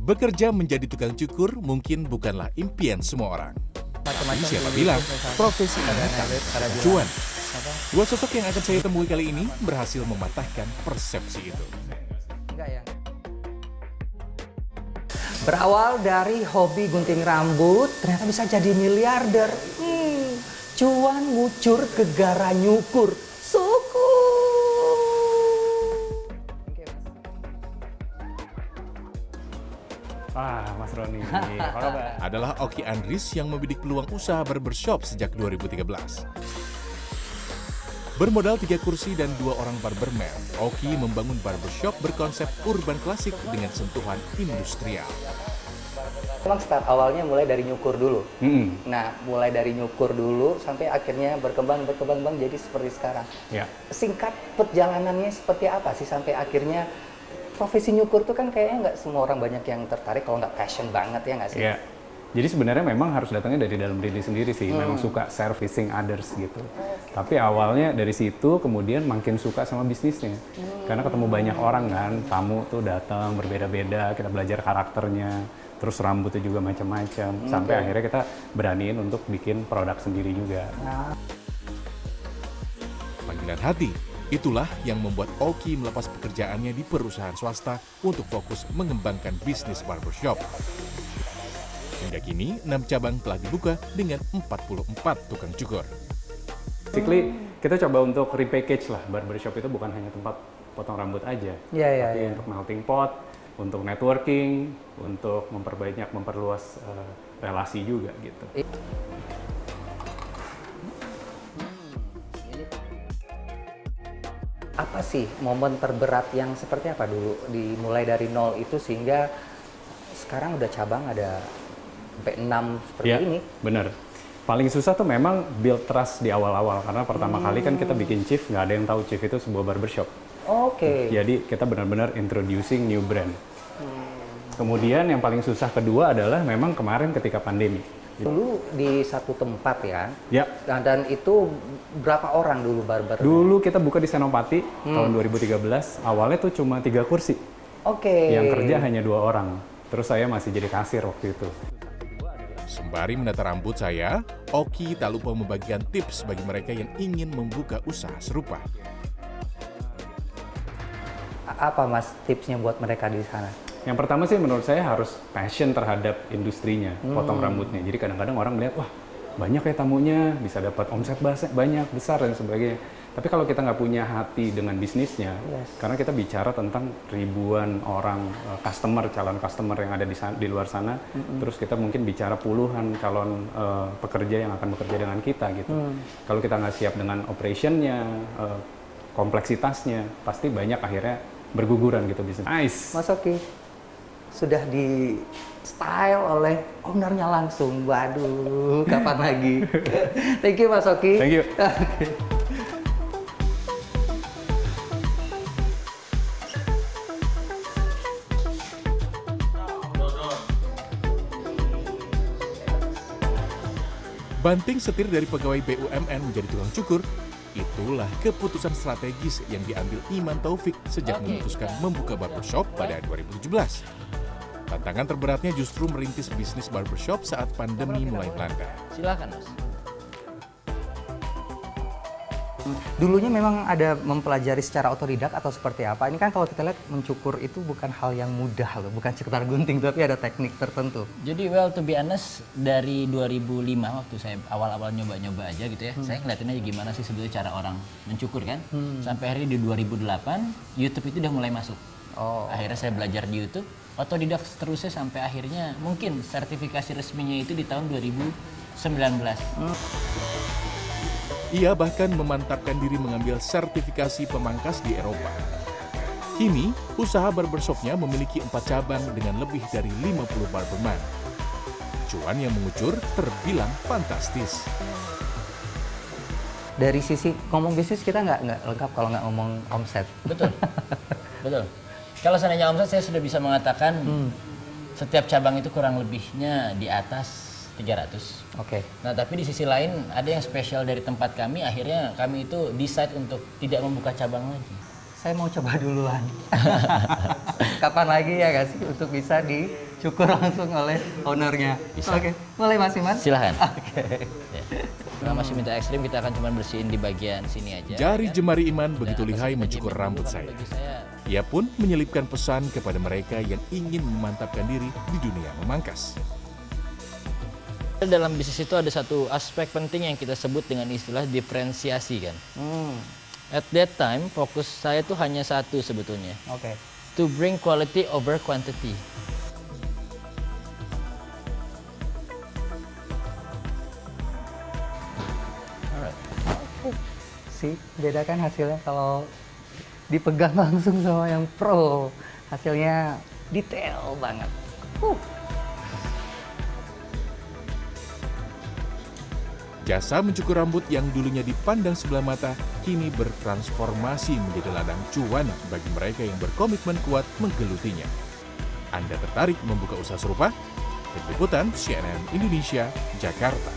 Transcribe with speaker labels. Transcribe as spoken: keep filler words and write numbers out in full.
Speaker 1: Bekerja menjadi tukang cukur mungkin bukanlah impian semua orang. Tapi siapa bilang profesi ini tak cuan? Dua sosok yang akan saya temui kali ini berhasil mematahkan persepsi itu.
Speaker 2: Berawal dari hobi gunting rambut, ternyata bisa jadi miliarder. Hmm, cuan ngucur, gegara nyukur. Suku.
Speaker 3: Wah, Mas Roni, apa kabar?
Speaker 1: Adalah Oki Andris yang membidik peluang usaha barbershop sejak dua ribu tiga belas. Bermodal tiga kursi dan dua orang barberman, Oki membangun barbershop berkonsep urban klasik dengan sentuhan industrial.
Speaker 2: Memang start awalnya mulai dari nyukur dulu.
Speaker 3: Mm-hmm.
Speaker 2: Nah, mulai dari nyukur dulu sampai akhirnya berkembang, berkembang, berkembang jadi seperti sekarang.
Speaker 3: Ya.
Speaker 2: Singkat perjalanannya seperti apa sih sampai akhirnya profesi nyukur tuh kan kayaknya nggak semua orang banyak yang tertarik kalau nggak passion banget ya nggak sih?
Speaker 3: Iya. Jadi sebenarnya memang harus datangnya dari dalam diri sendiri sih. Hmm. Memang suka servicing others gitu. Okay. Tapi awalnya dari situ kemudian makin suka sama bisnisnya. Hmm. Karena ketemu banyak orang kan, tamu tuh datang berbeda-beda, kita belajar karakternya, terus rambutnya juga macam-macam. Hmm. Sampai akhirnya kita beraniin untuk bikin produk sendiri juga. Nah.
Speaker 1: Panggilan hati. Itulah yang membuat Oki melepas pekerjaannya di perusahaan swasta untuk fokus mengembangkan bisnis barbershop. Hingga kini, enam cabang telah dibuka dengan empat puluh empat tukang cukur.
Speaker 3: Basically, kita coba untuk repackage lah. Barbershop itu bukan hanya tempat potong rambut aja.
Speaker 2: Ya, ya,
Speaker 3: tapi
Speaker 2: ya.
Speaker 3: Untuk melting pot, untuk networking, untuk memperbanyak, memperluas uh, relasi juga gitu.
Speaker 2: Apa sih momen terberat yang seperti apa dulu dimulai dari nol itu sehingga sekarang udah cabang ada sampai enam seperti
Speaker 3: ya,
Speaker 2: ini?
Speaker 3: Bener. Paling susah tuh memang build trust di awal-awal karena pertama hmm. kali kan kita bikin Chief, nggak ada yang tahu Chief itu sebuah barbershop.
Speaker 2: Oke. Okay.
Speaker 3: Jadi kita benar-benar introducing new brand. Hmm. Kemudian yang paling susah kedua adalah memang kemarin ketika pandemi.
Speaker 2: Dulu di satu tempat ya,
Speaker 3: ya.
Speaker 2: Dan, dan itu berapa orang dulu barber?
Speaker 3: Dulu kita buka di Senopati hmm. tahun dua ribu tiga belas, awalnya tuh cuma tiga kursi.
Speaker 2: Oke. Okay.
Speaker 3: Yang kerja hanya dua orang, terus saya masih jadi kasir waktu itu.
Speaker 1: Sembari menata rambut saya, Oki tak lupa membagikan tips bagi mereka yang ingin membuka usaha serupa.
Speaker 2: Apa mas tipsnya buat mereka di sana?
Speaker 3: Yang pertama sih menurut saya harus passion terhadap industrinya, hmm. potong rambutnya. Jadi kadang-kadang orang melihat, wah banyak ya tamunya, bisa dapat omset banyak, besar dan sebagainya. Tapi kalau kita nggak punya hati dengan bisnisnya, yes. karena kita bicara tentang ribuan orang uh, customer, calon customer yang ada di, di luar sana, mm-hmm. terus kita mungkin bicara puluhan calon uh, pekerja yang akan bekerja dengan kita gitu. Mm. Kalau kita nggak siap dengan operationnya, uh, kompleksitasnya, pasti banyak akhirnya berguguran gitu bisnis. Nice.
Speaker 2: Mas Oki sudah di style oleh ownernya langsung. Waduh, kapan lagi? Thank you Mas Oki.
Speaker 3: Thank you.
Speaker 1: Banting setir dari pegawai B U M N menjadi tukang cukur, itulah keputusan strategis yang diambil Iman Taufik sejak okay. memutuskan membuka barbershop pada dua ribu tujuh belas. Tantangan terberatnya justru merintis bisnis barbershop saat pandemi mulai melanda.
Speaker 2: Silakan Mas. Dulunya memang ada mempelajari secara otodidak atau seperti apa? Ini kan kalau kita lihat mencukur itu bukan hal yang mudah loh, bukan sekedar gunting, tapi ada teknik tertentu.
Speaker 4: Jadi well to be honest, dari dua ribu lima waktu saya awal-awal nyoba-nyoba aja gitu ya, hmm. saya ngeliatin aja gimana sih sebetulnya cara orang mencukur kan. Hmm. Sampai akhirnya di dua ribu delapan, YouTube itu udah mulai masuk. Oh. Akhirnya saya belajar di YouTube, otodidak terusnya sampai akhirnya mungkin sertifikasi resminya itu di tahun dua ribu sembilan belas. Hmm.
Speaker 1: Ia bahkan memantapkan diri mengambil sertifikasi pemangkas di Eropa. Kini, usaha barbershopnya memiliki empat cabang dengan lebih dari lima puluh barberman. Cuan yang mengucur terbilang fantastis.
Speaker 2: Dari sisi ngomong bisnis kita nggak nggak lengkap kalau nggak ngomong omset.
Speaker 4: Betul, betul. Kalau seandainya omset saya sudah bisa mengatakan hmm. setiap cabang itu kurang lebihnya di atas tiga ratus.
Speaker 2: Oke. Okay.
Speaker 4: Nah, tapi di sisi lain ada yang spesial dari tempat kami, akhirnya kami itu decide untuk tidak membuka cabang lagi.
Speaker 2: Saya mau coba duluan. Kapan lagi ya guys untuk bisa dicukur langsung oleh ownernya.
Speaker 4: Bisa.
Speaker 2: Oke, boleh Mas Iman?
Speaker 4: Silahkan.
Speaker 2: Oke.
Speaker 4: Ya. Kalau masih minta ekstrim, kita akan cuma bersihin di bagian sini aja.
Speaker 1: Jari
Speaker 4: kan?
Speaker 1: jemari Iman begitu
Speaker 4: Dan
Speaker 1: lihai
Speaker 4: atas
Speaker 1: mencukur
Speaker 4: bagian
Speaker 1: rambut
Speaker 4: bulu,
Speaker 1: saya.
Speaker 4: bagi saya.
Speaker 1: Ia pun menyelipkan pesan kepada mereka yang ingin memantapkan diri di dunia memangkas.
Speaker 4: Dalam bisnis itu ada satu aspek penting yang kita sebut dengan istilah diferensiasi kan.
Speaker 2: Hmm,
Speaker 4: At that time, fokus saya tuh hanya satu sebetulnya.
Speaker 2: oke.
Speaker 4: To bring quality over quantity. Alright.
Speaker 2: Sih, beda kan hasilnya kalau dipegang langsung sama yang pro. Hasilnya detail banget. Uh.
Speaker 1: Jasa mencukur rambut yang dulunya dipandang sebelah mata, kini bertransformasi menjadi ladang cuan bagi mereka yang berkomitmen kuat menggelutinya. Anda tertarik membuka usaha serupa? Tim Liputan C N N Indonesia, Jakarta.